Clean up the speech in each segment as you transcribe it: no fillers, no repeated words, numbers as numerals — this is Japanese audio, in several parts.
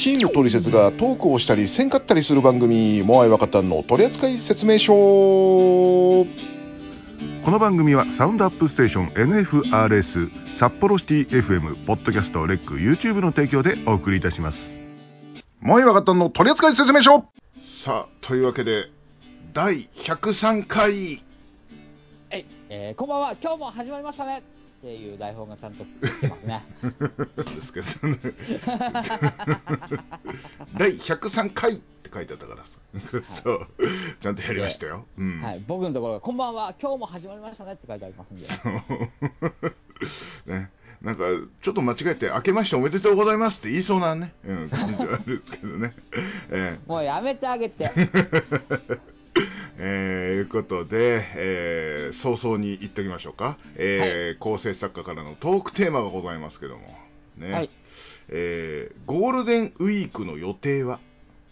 チームトリセツがトークをしたりせんかったりする番組、モアイ若旦の取扱説明書。この番組はサウンドアップステーション NFRS 札幌シティ FM ポッドキャストレック YouTube の提供でお送りいたします。モアイ若旦の取扱説明書。さあ、というわけで第103回、 こんばんは、今日も始まりましたねっていう台本がちゃんと出てますね。 ですけどね第103回って書いてあったからさ、そうちゃんとやりましたよ、 はい、僕のところがこんばんは、今日も始まりましたねって書いてありますんでね、なんかちょっと間違えて明けましておめでとうございますって言いそうなね、感じはあるんですけどね、 もうやめてあげていうことで、早々に言っておきましょうか、構成作家からのトークテーマがございますけども、ね、 はい、 ゴールデンウィークの予定は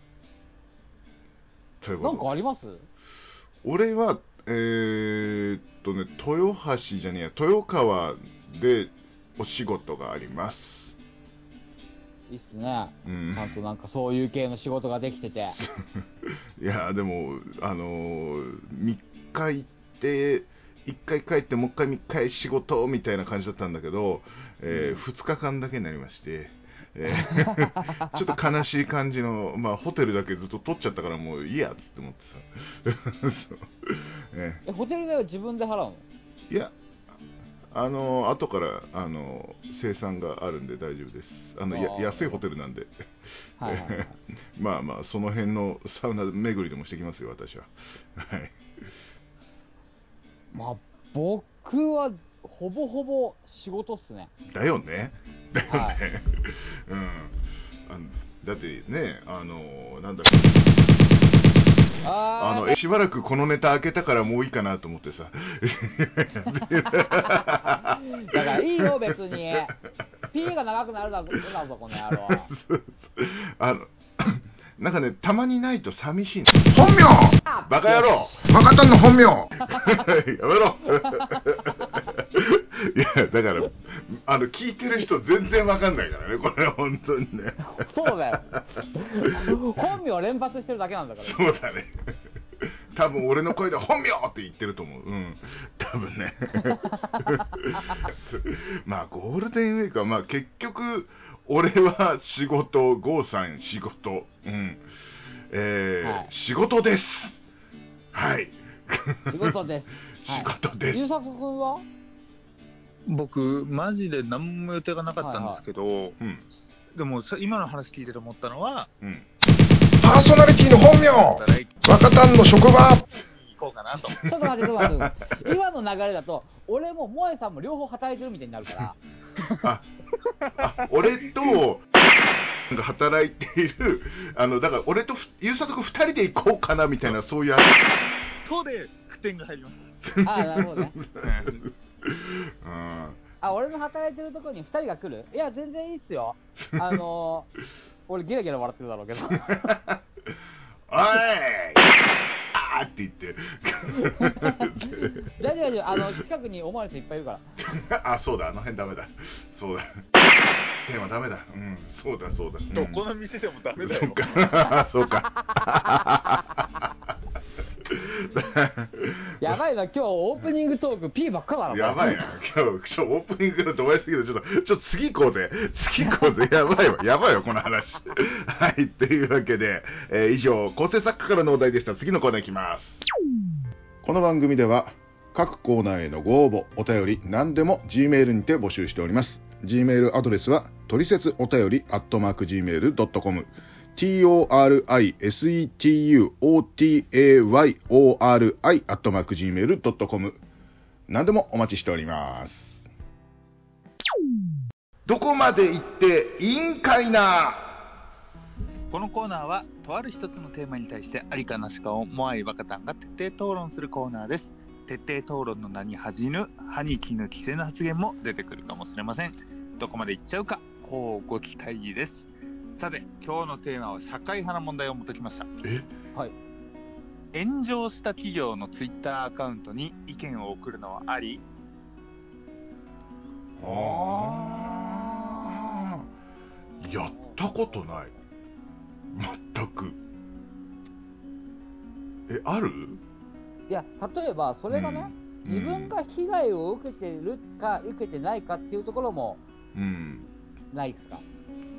ということ。 なんかあります？ 俺は豊橋じゃねえや、豊川でお仕事があります。 いいっすね、ちゃんとなんかそういう系の仕事ができてていやでも3日行って1回帰ってもう1回3日仕事みたいな感じだったんだけど、2日間だけになりまして、ちょっと悲しい感じの、ホテルだけずっと取っちゃったからもういいやっつって思ってさホテル代は自分で払うの？ いや、後から生産があるんで大丈夫です。安いホテルなんではいはい、はい、 まあその辺のサウナ巡りでもしてきますよ私は。はい。 僕はほぼほぼ仕事っすね。 だよね、 はい、 だってね、なんだろう、しばらくこのネタ開けたからもういいかなと思ってさだからいいよ別にP が長くなるだぞこの野郎なんかね、たまにないと寂しいの。本名バカ野郎、若旦の本名やめろいやだから聞いてる人全然わかんないからね、これ本当にねそうだよ本名を連発してるだけなんだから。 そうだね多分俺の声で本名って言ってると思う。多分ねゴールデンウィークは結局俺は仕事、ゴーさん仕事、はい、仕事です。はい。 仕事です。 仕事です。 ゆうさく君は？ 僕マジで何も予定がなかったんですけど、はいはい、でも今の話聞いてて思ったのは、 パーソナリティの本名、若旦の職場。 行こうかなと。 ちょっと待って。今の流れだと俺も萌さんも両方働いてるみたいになるから俺と働いているだから俺とゆうさとくん2人で行こうかなみたいな、そういうそうで句点が入りますなるほどね俺の働いてるところに2人が来る？いや全然いいっすよ俺ゲラゲラ笑ってるだろうけどおいって言って大丈夫近くにおまわりさんいっぱいいるからそうだ、あの辺ダメだ、そうだテーマダメだ、そうだ、どこの店でもダメだよそうかやばいな、今日オープニングトーク P ばっかだな。 やばいな、今日オープニングの度合いすぎてちょっと次行こうぜやばいわこの話はい、というわけで、以上構成作家からのお題でした。次のコーナーいきます。この番組では各コーナーへのご応募、お便り何でも Gmail にて募集しております。 Gmail アドレスはトリセツお便り@gmail.com、TORISETUOTAYORI@gmail.com、 何でもお待ちしております。どこまで行っていいんかいな。 このコーナーはとある一つのテーマに対してありかなしかをモアイ若旦が徹底討論するコーナーです。徹底討論の名に恥じぬ歯に衣着せぬ発言も出てくるかもしれません。どこまで行っちゃうかこうご期待です。さて今日のテーマは社会派な問題を持ってきました。 はい。 炎上した企業のツイッターアカウントに意見を送るのはあり？ やったことない。 全く。ある？ いや、例えばそれがね、 うん、 自分が被害を受けてるか受けてないかっていうところもないですか？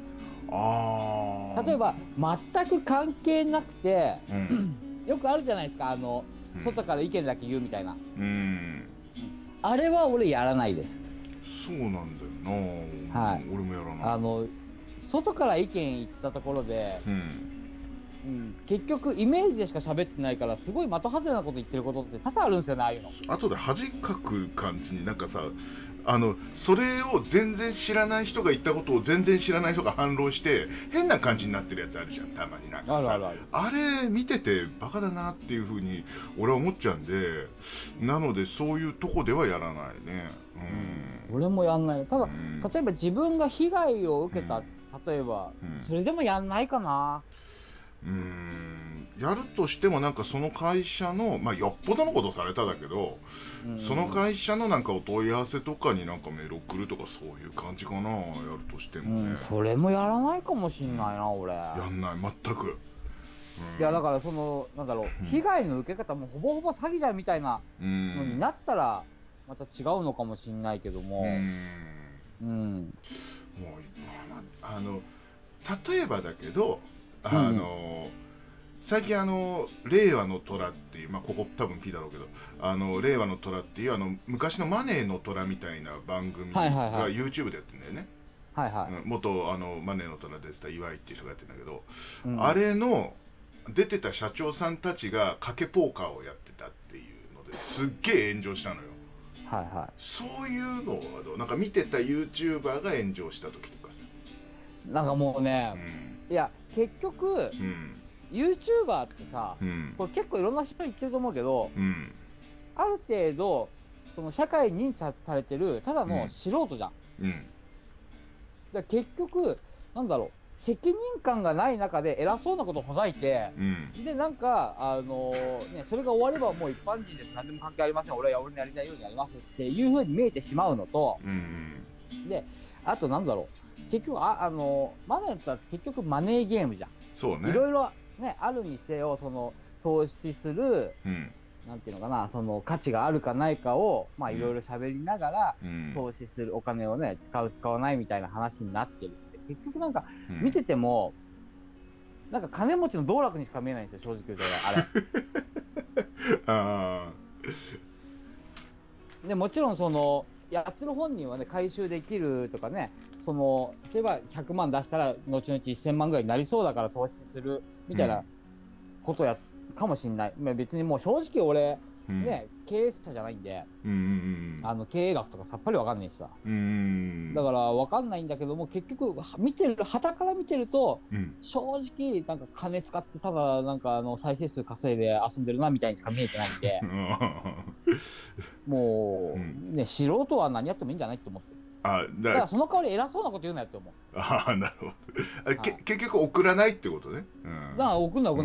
例えば全く関係なくて、よくあるじゃないですか、外から意見だけ言うみたいな、あれは俺やらないです。 そうなんだよな、 はい、 俺もやらない。 外から意見言ったところで、結局イメージでしか喋ってないから、すごい的外れなこと言ってることって多々あるんですよね、ああいうの。 後で恥かく感じに、なんかさ、それを全然知らない人が言ったことを全然知らない人が反論して変な感じになってるやつあるじゃん、たまに。なんかさ、あれ見ててバカだなっていう風に俺は思っちゃうんで、なのでそういうとこではやらないね。 俺もやんない。ただ、例えば自分が被害を受けた、例えば、それでもやんないかな。 やるとしてもなんかその会社の、よっぽどのことされただけど、その会社のなんかお問い合わせとかになんかメール送るとか、そういう感じかな、やるとしてもね。 それもやらないかもしんないな、俺。 やんない、全く。 いや、だからなんだろう、被害の受け方もほぼほぼ詐欺じゃんみたいなのになったらまた違うのかもしんないけども、もう例えばだけど、最近令和の虎っていう、ここ多分 P だろうけど、令和の虎っていう昔のマネーの虎みたいな番組が YouTube でやってるんだよね。元マネーの虎で出てた岩井っていう人がやってるんだけど、あれの出てた社長さんたちが賭けポーカーをやってたっていうのですっげえ炎上したのよ。そういうのはどう？なんか見てた YouTuber が炎上した時とかさ、 なんかもうね、いや結局、YouTuber ってさ、これ結構いろんな人言ってると思うけど、ある程度その社会に認知されてるただの素人じゃん。だ結局なんだろう、責任感がない中で偉そうなことをほざいて、でなんかそれが終わればもう一般人です、何でも関係ありません、俺のやりたいようにやりますっていう風に見えてしまうのと、であとなんだろう、結局マネーって結局マネーゲームじゃん。 そうね。 いろいろねあるにせよ、その投資する、なんていうのかな、その価値があるかないかをいろいろ喋りながら、投資するお金をね使う使わないみたいな話になってるんで、結局なんか見てても、なんか金持ちの道楽にしか見えないんですよ、正直言うとあれ。でもちろんそのやってる本人はね回収できるとかね、その例えば100万出したら後々1000万ぐらいになりそうだから投資するみたいなことやかもしんない。別にもう正直俺、経営者じゃないんで、経営学とかさっぱりわかんないしさ、だからわかんないんだけども、結局旗から見てると、正直なんか金使ってただなんか再生数稼いで遊んでるなみたいにしか見えてないんでもうね、素人は何やってもいいんじゃないって思ってる。だからその代わり偉そうなこと言うなよって思う。 なるほど。結局送らないってことね。 だから送んな。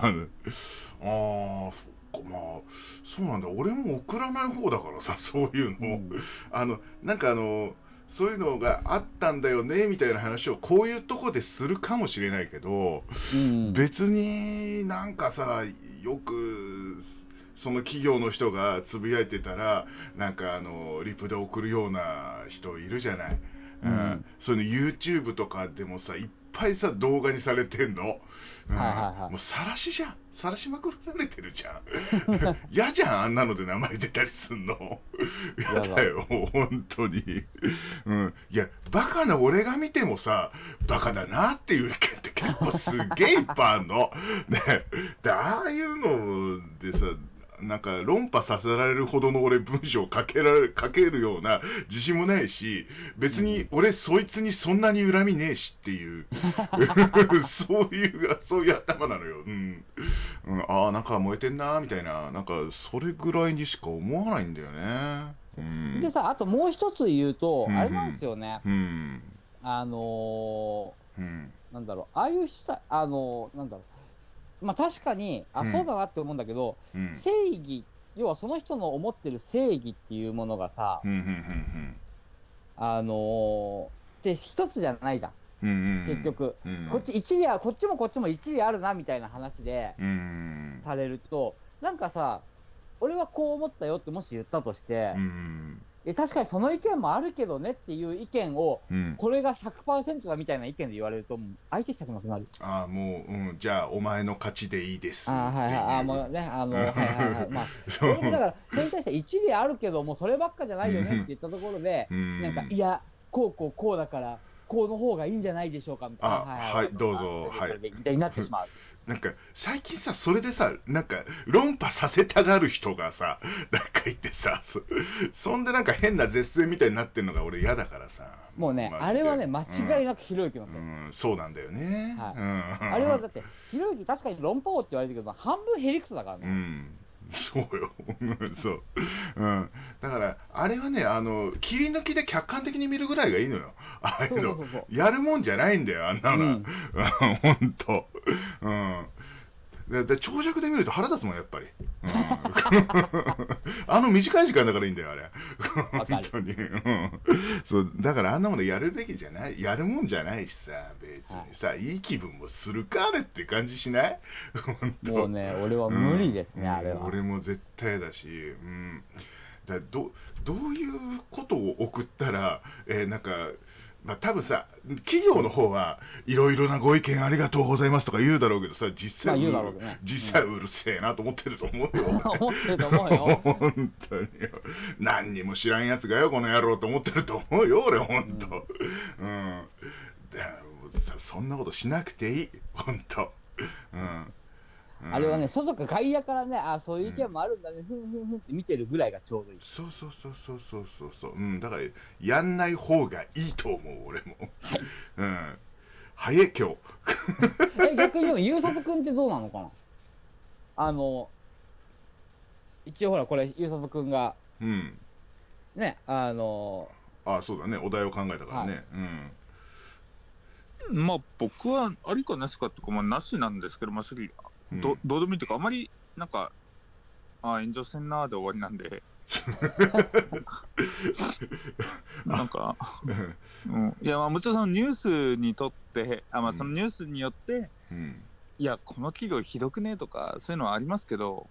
そうなんだ。俺も送らない方だからさ、そういうの、なんかそういうのがあったんだよねみたいな話をこういうとこでするかもしれないけど、別になんかさ、よくその企業の人がつぶやいてたら、なんかリプで送るような人いるじゃない。そういうの YouTube とかでもさ、いっぱいさ動画にされてんの。もう晒しじゃん。晒しまくられてるじゃん。嫌じゃん、あんなので名前出たりすんの。嫌だよ、本当に。いや、バカな俺が見てもさ、バカだなっていう意見って結構すっげえいっぱいあんの。ね、で、ああいうのでさ、なんか論破させられるほどの俺文章を書けるような自信もないし、別に俺そいつにそんなに恨みねえしっていうそういう頭なのよ。ああなんか燃えてんなーみたいな、なんかそれぐらいにしか思わないんだよね。 でさ、あともう一つ言うと、あれなんですよね。なんだろう、ああいう人なんだろう、確かにそうだなって思うんだけど、正義、要はその人の思ってる正義っていうものがさ、って一つじゃないじゃん。 結局、こっち一理こっちも一理あるなみたいな話で、されると、なんかさ、俺はこう思ったよってもし言ったとして、確かにその意見もあるけどねっていう意見を、これが 100% だみたいな意見で言われると、相手したくなくなる。 もう、じゃあお前の勝ちでいいです。 もうね、まあ、俺もだから、それに対して一理あるけども、そればっかじゃないよねって言ったところで、なんか、いや、こうだから、こうの方がいいんじゃないでしょうかみたいな。 はい、どうぞ。はい。 みたいになってしまう。 なんか最近さ、それでさ、なんか論破させたがる人がさ、なんかいてさ、そんでなんか変な絶戦みたいになってるのが俺嫌だからさ。 もうね、あれはね、間違いなくひろゆきのせい。 そうなんだよね。 あれはだって、ひろゆき確かに論破王って言われてるけど、半分ヘリクソだからね。 そうよ。そう。だから、あれはね、切り抜きで客観的に見るぐらいがいいのよ。ああいうの。やるもんじゃないんだよ、あんなの。ほんと。で長尺で見ると腹立つもん、やっぱり。短い時間だからいいんだよ、あれ。本当に。そう、だからあんなものやるべきじゃない、やるもんじゃないしさ、別にさ、いい気分もするか、あれって感じしない？ もうね、俺は無理ですね、あれは。 俺も絶対だし、どういうことを送ったら、なんか、多分さ、企業の方はいろいろなご意見ありがとうございますとか言うだろうけどさ、実際うるせえなと思ってると思うよ。 思ってると思うよ。 本当に。何にも知らんやつがよ、この野郎と思ってると思うよ、俺、本当。そんなことしなくていい、本当。 あれはね、外か外野からね、そういう意見もあるんだね、ふんって見てるぐらいがちょうどいい。 そう。だから、やんない方がいいと思う、俺も。早い、今日。 逆にでも、ゆうさとくんってどうなのかな？一応ほら、これ、ゆうさとくんが、ね、 そうだね、お題を考えたからね。 まあ、僕はありかなしかっていうか、なしなんですけど、正直、どうでもいいというか、あまり、なんか、炎上せんなーで終わりなんで、なんか、いや、もちろんそのニュースにとって、そのニュースによって、いや、この企業ひどくねとか、そういうのはありますけど、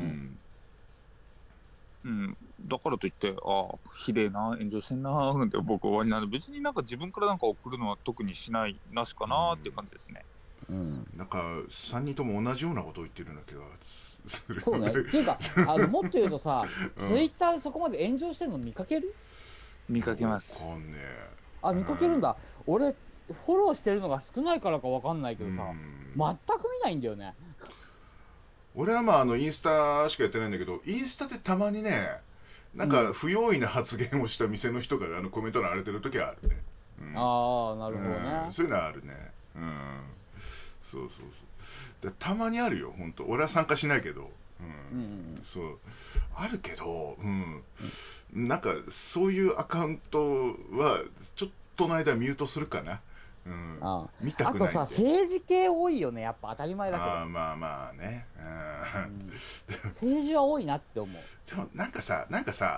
だからといって、ひでえな、炎上せんなーって僕終わりなんで、別になんか自分からなんか送るのは特にしないなしかなっていう感じですね。 なんか3人とも同じようなことを言ってるんだけど。 そうね。っていうか、もっと言うとさ、ツイッターでそこまで炎上してるの見かける？ 見かけます。 見かけるんだ。俺、フォローしてるのが少ないからかわかんないけどさ、全く見ないんだよね。 俺はインスタしかやってないんだけど、インスタでたまにね、なんか不用意な発言をした店の人がコメント欄荒れてる時はあるね。 なるほどね。 そういうのはあるね。そうたまにあるよ、本当。俺は参加しないけど、そうあるけど、なんかそういうアカウントはちょっとの間ミュートするかな。見たくないんで。 あとさ、政治系多いよね、やっぱ当たり前だけど。 まあね。 政治は多いなって思う。 でもなんかさ、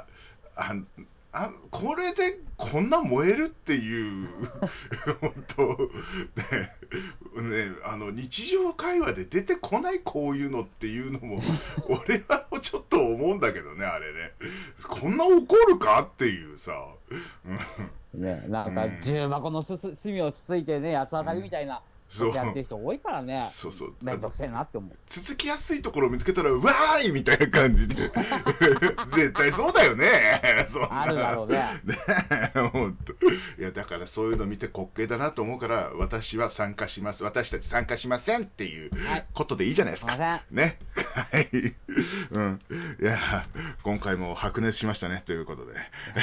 これでこんな燃えるっていう本当ね、日常会話で出てこないこういうのっていうのも俺はちょっと思うんだけどね、あれね、こんな怒るかっていうさ、 ね、なんか重箱の隅をつついてね、八つ当たりみたいなやってる人多いからね、めんどくせえなって思う。 続きやすいところを見つけたら、うわーいみたいな感じで絶対そうだよね。 あるだろうね。 本当。いや、だからそういうの見て滑稽だなと思うから、私たち参加しませんっていうことでいいじゃないですか。ね。はい。いや、今回も白熱しましたねということで。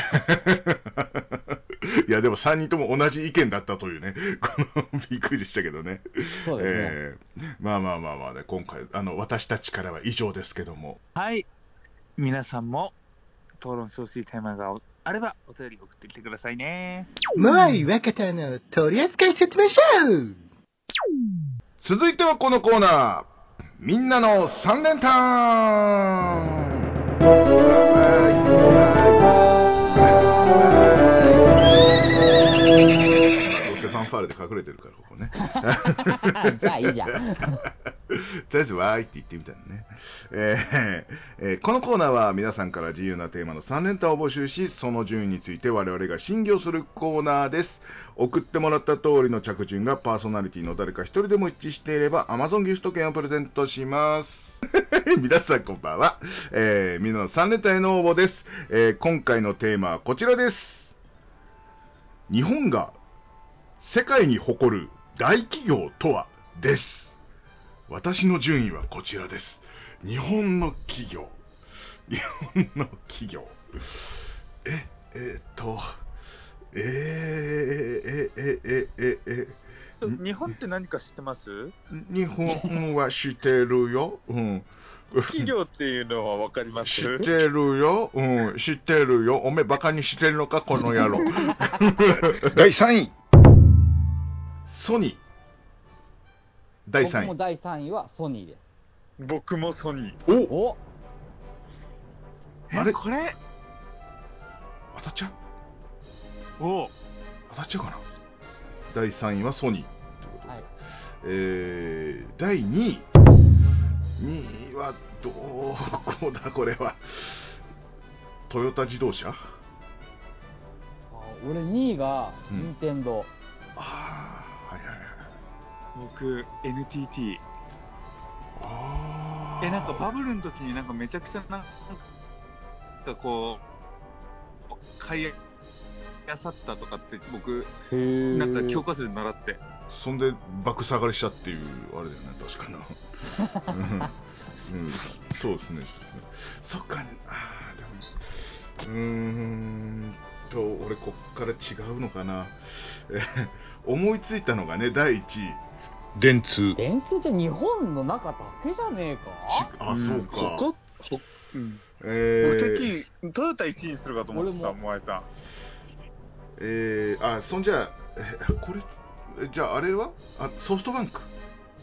いや、でも3人とも同じ意見だったというね、びっくりでしたけどね。 そうですね。 まあね、今回私たちからは以上ですけども。 はい。皆さんも討論してほしいテーマがあればお便り送ってきてくださいね。 もい若田の取扱説明書。 続いてはこのコーナー、みんなの3連単。どうせファンファーレでか隠れてるからここねじゃあいいじゃんとりあえずわーいって言ってみたのね、このコーナーは皆さんから自由なテーマの3連単を募集し、その順位について我々が審議をするコーナーです。送ってもらった通りの着順がパーソナリティの誰か一人でも一致していれば Amazon ギフト券をプレゼントします皆さんこんばんは、みんなの3連単への応募です、今回のテーマはこちらです。日本が世界に誇る大企業とはです。私の順位はこちらです。日本の企業日本って何か知ってます？ 日本は知ってるよ、 企業っていうのは分かります？ 知ってるよ、知ってるよ。おめえバカにしてるのかこの野郎第3位ソニー。第3位。 僕も第3位はソニーです。 僕もソニー。おあれこれ当たっちゃう？当たっちゃうかな。第3位はソニーということで、はい、第2位はどこだこれは。トヨタ自動車。 俺2位が任天堂。 はいはいはい。 僕 NTT。なんかバブルの時になんかめちゃくちゃなんかこう買いあさったとかって僕なんか教科書で習って、 そんで爆下がりしたっていうあれだよね確かなそうですね。そっかね。でも俺こっから違うのかな。思いついたのがね、第1位電通。 電通って日本の中だけじゃねえか。 そうか。 トヨタ1位にするかと思ってた、もあいさん。 そんじゃこれじゃああれはソフトバンク。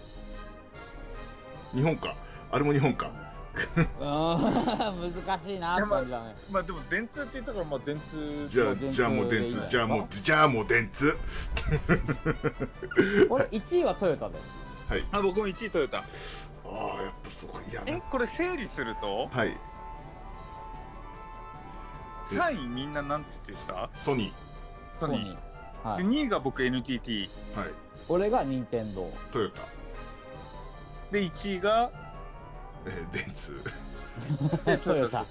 日本か。あれも日本か。 難しいなって感じだね。 まあでも電通って言ったからまあ電通。 じゃあもう電通。じゃあもう電通。 俺1位はトヨタです。 はい。 僕も1位トヨタ。 やっぱそこ。 これ整理すると。 はい。 3位みんななんつって言った？ ソニー。 はい。 で2位が僕 NTT。 はい。 俺が任天堂。 トヨタ。 で1位が電通。 トヨタ。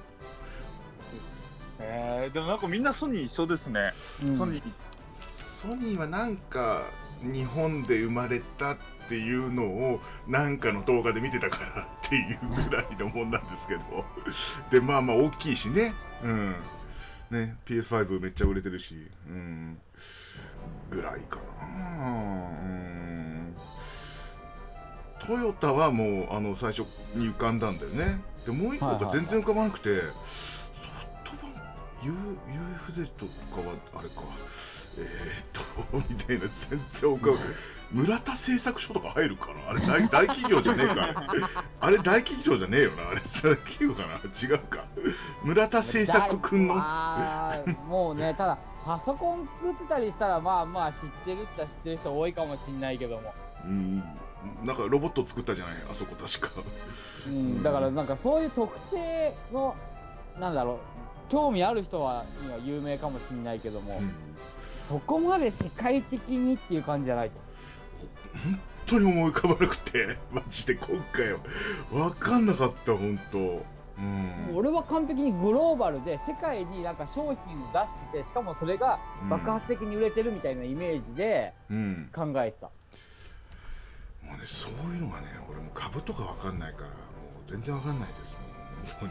でもなんかみんなソニー一緒ですね。ソニーはなんか日本で生まれたっていうのをなんかの動画で見てたからっていうぐらいのもんなんですけどでまあ大きいしね、ね PS5 めっちゃ売れてるし、ぐらいかな。トヨタはもう最初に浮かんだんだよね。でもう一個が全然浮かばなくて、ソフトバンク UFZ とかはあれかみたいな全然浮かぶ。村田製作所とか入るかな。あれ大企業じゃねえか。あれ大企業じゃねえよな。あれ大企業かな。違うか。村田製作くんのもうね、ただパソコン作ってたりしたらまあ知ってるっちゃ知ってる人多いかもしんないけども、 なんかロボット作ったじゃない、あそこ確か。 だからなんかそういう特定のなんだろう、興味ある人は有名かもしれないけども、そこまで世界的にっていう感じじゃないと。 本当に思い浮かばなくて、マジで今回は分かんなかった本当。 俺は完璧にグローバルで世界になんか商品を出してて、しかもそれが爆発的に売れてるみたいなイメージで考えてた。 もうね、そういうのがね、俺も株とか分かんないからもう全然分かんないです。もう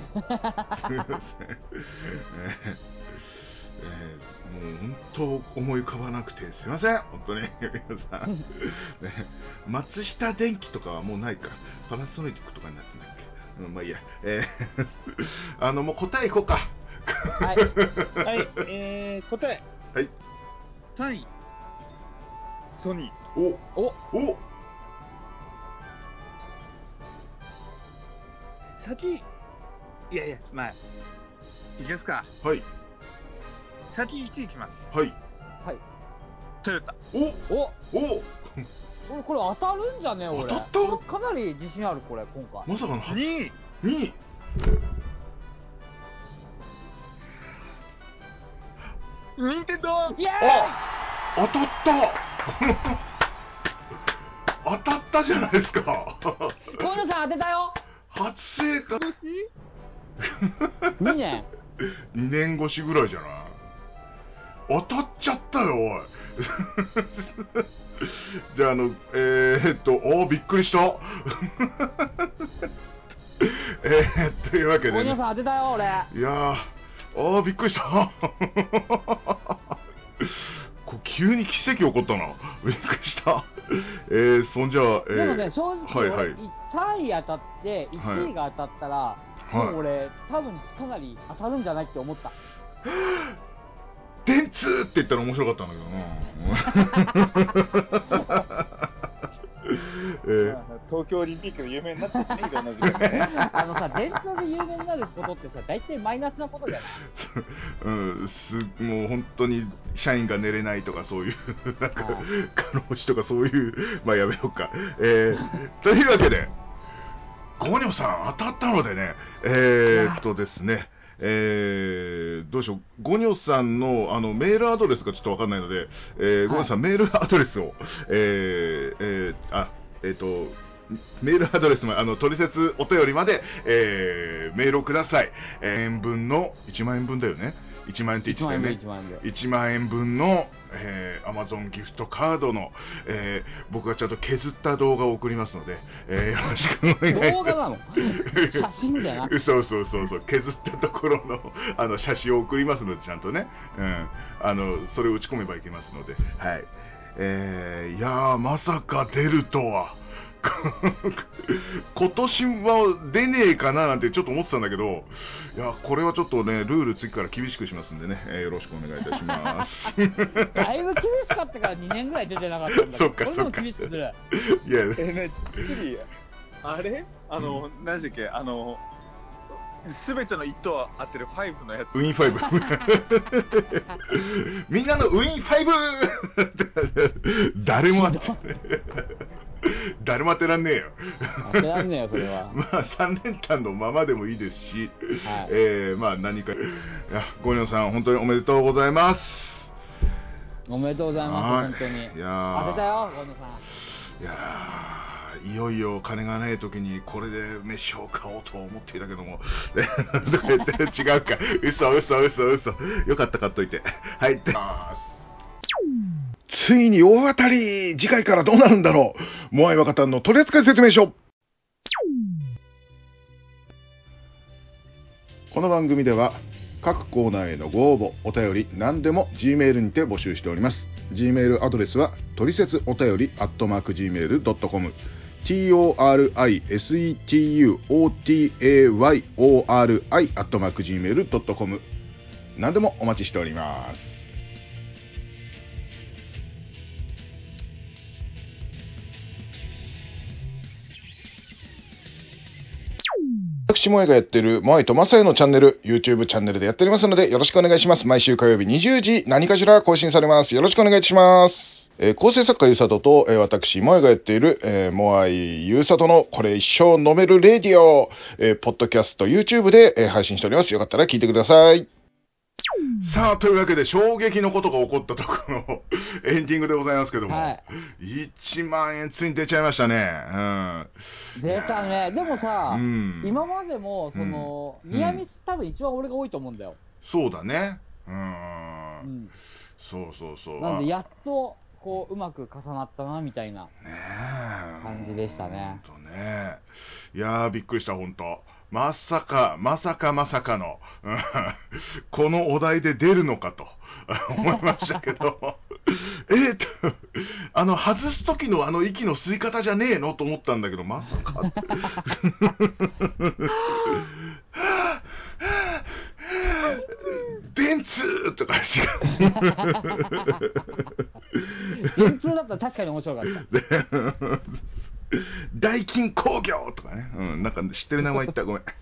本当思い浮かばなくてすいません本当に皆さん、松下電器とかはもうないか、パナソニックとかになってないっけ。まあいいや、もう答えいこうか。 はい、 答え、 はい、 3位ソニー。 お先、いやまあいきますか。 はい。 先1位いきます。 はい。 はい。 トヨタ。 これ当たるんじゃね俺。 当たった？ かなり自信あるこれ今回。 まさかの 2位。任天堂。 イエーイ。 当たった当たったじゃないですか。 河野さん当てたよ。 初正解。 2年 2年越しぐらいじゃない。当たっちゃったよおい。じゃあびっくりした。というわけで、 河野さん当てたよ俺。 いやー、びっくりした。急に奇跡起こったな。びっくりした。そんじゃあ、 でもね、正直、 はいはい、 3位当たって1位が当たったら、はい、もう俺多分かなり当たるんじゃないって思った。 電通って言ったら面白かったんだけどな。 東京オリンピックで有名になってね、いろんな時間でね。 電通で有名になることってさ、大体マイナスなことじゃない。 もう本当に社員が寝れないとかそういうなんか過労死とかそういうまあやめようか。というわけでゴニョさん当たったのでね、ですね。どうしよう、ゴニョさんのメールアドレスがちょっとわかんないので、ゴニョさんメールアドレスを、メールアドレスもトリセツお便りまで、メールをください。1万円分だよね。1万円って言ってたよね。1万円分の、Amazon ギフトカードの、僕がちゃんと削った動画を送りますので、よろしくお願いします。 動画なの？写真じゃなくて。 そう削ったところの写真を送りますので、ちゃんとね、それを打ち込めばいけますので、はい。いやー、まさか出るとは。今年は出ねえかななんてちょっと思ってたんだけど、いやこれはちょっとねルール次から厳しくしますんでね、よろしくお願いいたします。 だいぶ厳しかったから2年ぐらい出てなかったんだけど、これでも厳しくする。 いやあれ何でしたっけ、すべての1等当てる5のやつ。 ウィン5。みんなのウィン5。誰も当てらんねえよ。 当てらんねえよそれは。 まあ3連単のままでもいいですし、はい、まあ何か。いやゴニョさん本当におめでとうございます。 おめでとうございます本当に。 いや当てたよゴニョさん。 いやいよいよ金がない時にこれで飯を買おうと思っていたけども違うか、嘘よかった、買っといて。はい、ついに大当たり。次回からどうなるんだろう。モアイ若旦の取扱説明書。この番組では各コーナーへのご応募お便り何でも Gmail にて募集しております。 Gmail アドレスはトリセツお便り@gmail.com、 TORISETUOTAYORI@gmail.com、 何でもお待ちしております。私もえがやっているモアイとマサヤのチャンネル、YouTube チャンネルでやっておりますのでよろしくお願いします。毎週火曜日20時何かしら更新されます。よろしくお願いします。構成作家ゆうさとと、私モアイがやっている、モアイゆうさとのこれ一生飲めるレディオ、ポッドキャスト YouTube で、配信しております。よかったら聞いてください。さあというわけで衝撃のことが起こったところのエンディングでございますけども、はい、1万円ついに出ちゃいましたね。 出たね。でもさ、今までもその、ニアミス多分一番俺が多いと思うんだよ。 そうだね。そうなんでやっとこううまく重なったなみたいな感じでしたね。 いやーびっくりした本当。まさかの、このお題で出るのかと思いましたけど外す時の息の吸い方じゃねえのと思ったんだけど、まさか電通とか電通だったら確かに面白かった。 大金工業とかね、なんか知ってる名前言った、ごめん。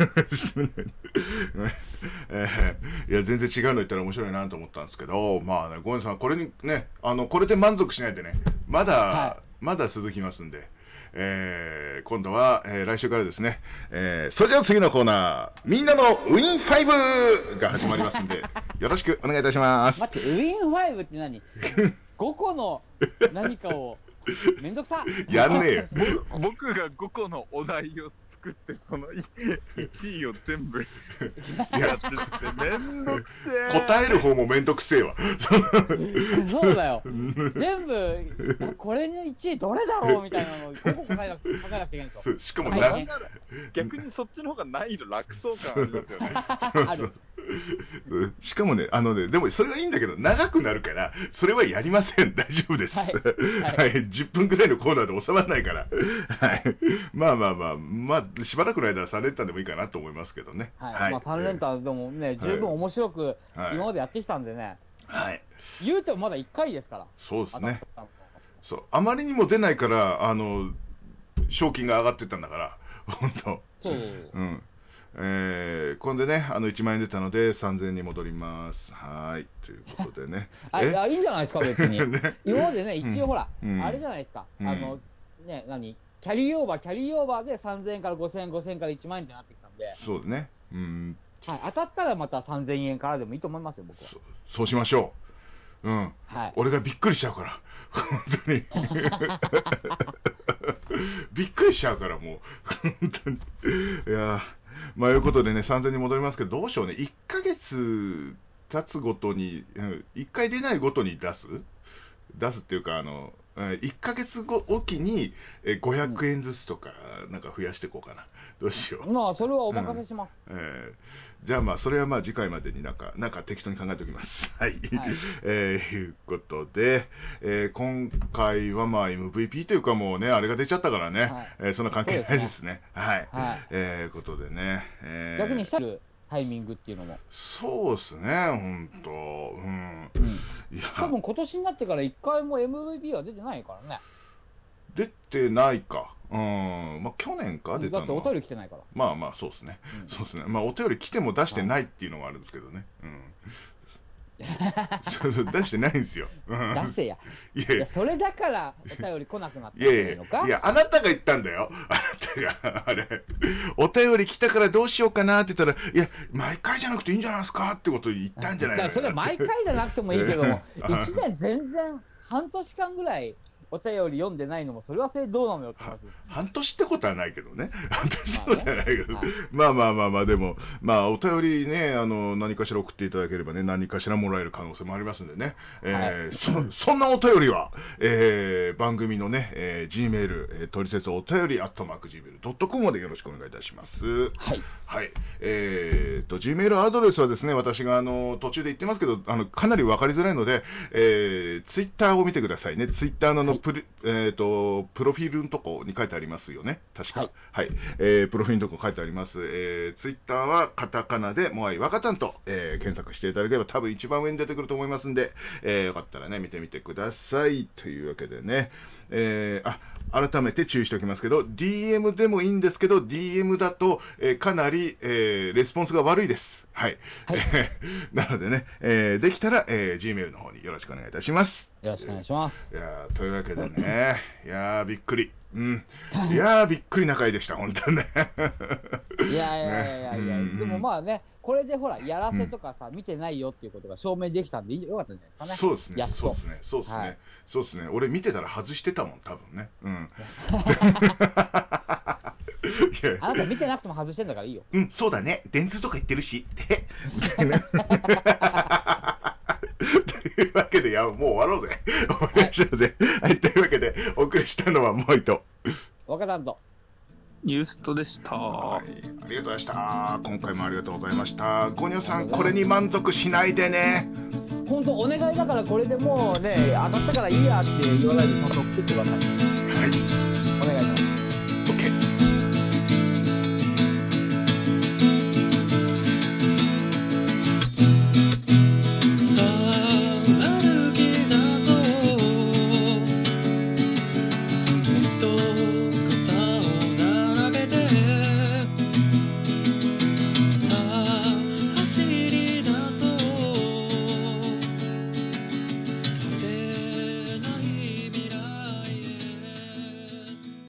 いや、全然違うの言ったら面白いなと思ったんですけど、まあね、ゴンさん、これにね、これで満足しないでね、まだ続きますんで、今度は、来週からですね、それでは次のコーナー、みんなのウィン5が始まりますんで、よろしくお願いいたします。 待って、ウィン5って何？5個の何かをめんどくさやんねえよ。 僕が5個のお題を作って、その1位を全部やってってめんどくせえ。 答える方もめんどくせえわ。 そうだよ。全部これに1位どれだろうみたいなのを5個考えなくちゃいけないと。 しかも逆にそっちの方が難易度楽そう感ありますよね。 ある。 しかもね、でもそれはいいんだけど、長くなるから、それはやりません。大丈夫です。はい。10分ぐらいのコーナーで収まらないから。はい。まあ、しばらくの間は3連単でもいいかなと思いますけどね。 はい。まあ、3連単でもね、十分面白く、今までやってきたんでね。 はい。 言うてもまだ1回ですから。 そうですね。そう。あまりにも出ないから、賞金が上がってったんだから、本当。 そう。 これでね、1万円出たので3000円に戻ります。はい。ということでね。 いや、いいんじゃないですか、別に。今までね、一応ほら、あれじゃないですか。ね、キャリーオーバーで3000円から5000円、5000円から1万円ってなってきたんで。 そうですね。 はい。当たったらまた3000円からでもいいと思いますよ、僕は。 そうしましょう。はい。俺がびっくりしちゃうから。本当に。びっくりしちゃうから、もう。本当に。いやまあ、いうことでね、3000に戻りますけど、どうしようね。1ヶ月経つごとに、1回出ないごとに出すっていうか、1ヶ月おきに500円ずつとか、なんか増やしていこうかな。どうしよう。 まあ、それはお任せします。 じゃあまあ、それはまあ次回までになんか適当に考えておきます。はい。いうことで、今回はまあ MVP というかもうね、あれが出ちゃったからね、そんな関係ないですね。はい。いうことでね。 逆に光るタイミングっていうのも。 そうですね、ほんと。 多分今年になってから1回も MVP は出てないからね。 出てないか。まあ去年か出たのは。 だってお便り来てないから。 まあそうですね。そうですね。まあお便り来ても出してないっていうのもあるんですけどね。出してないんですよ。 出せや。いや、それだからお便り来なくなったんじゃないのか。 いや、あなたが言ったんだよ。あなたが、あれ。お便り来たからどうしようかなって言ったら、いや、毎回じゃなくていいんじゃないですかってことを言ったんじゃないの。 それは毎回じゃなくてもいいけども、1年全然、半年間ぐらい、お便り読んでないのも、それはそれどうなのよって話。 半年ってことはないけどね。半年ってことはないけど。まあ、でも、まあ、お便りね、何かしら送っていただければね、何かしらもらえる可能性もありますんでね。そんなお便りは、番組のね、G メール、トリセツお便り@gmail.com までよろしくお願いいたします。 はい。 はい。G メールアドレスはですね、私が途中で言ってますけど、かなりわかりづらいので、ツイッターを見てくださいね。ツイッターのプロフィールのとこに書いてありますよね。確か。はい。プロフィールのとこ書いてあります。ツイッターはカタカナでモアイワカタンと、検索していただければ多分一番上に出てくると思いますんで、よかったらね、見てみてください。というわけでね、改めて注意しておきますけど、DM でもいいんですけど、DM だと、かなり、レスポンスが悪いです。はい。なのでね、できたら、Gmail の方によろしくお願いいたします。 よろしくお願いします。 いやというわけでね、いやびっくり。いやびっくりな回でした、本当にね。 いや、でもまあね、これでほら、やらせとかさ、見てないよっていうことが証明できたんで、よかったんじゃないですかね。 そうですね。 やっと。 そうですね。俺見てたら外してたもん、多分ね。 あなた見てなくても外してんだからいいよ。 そうだね。電通とか言ってるし。みたいな。というわけで、もう終わろうぜ。はい、というわけで、お送りしたのはモイと。 若旦と。 ユーストでした。 ありがとうございました。今回もありがとうございました。ゴニョさん、これに満足しないでね。 本当お願いだから、これでもうね、当たったからいいやって言わないで、ちゃんと送ってってください。 はい。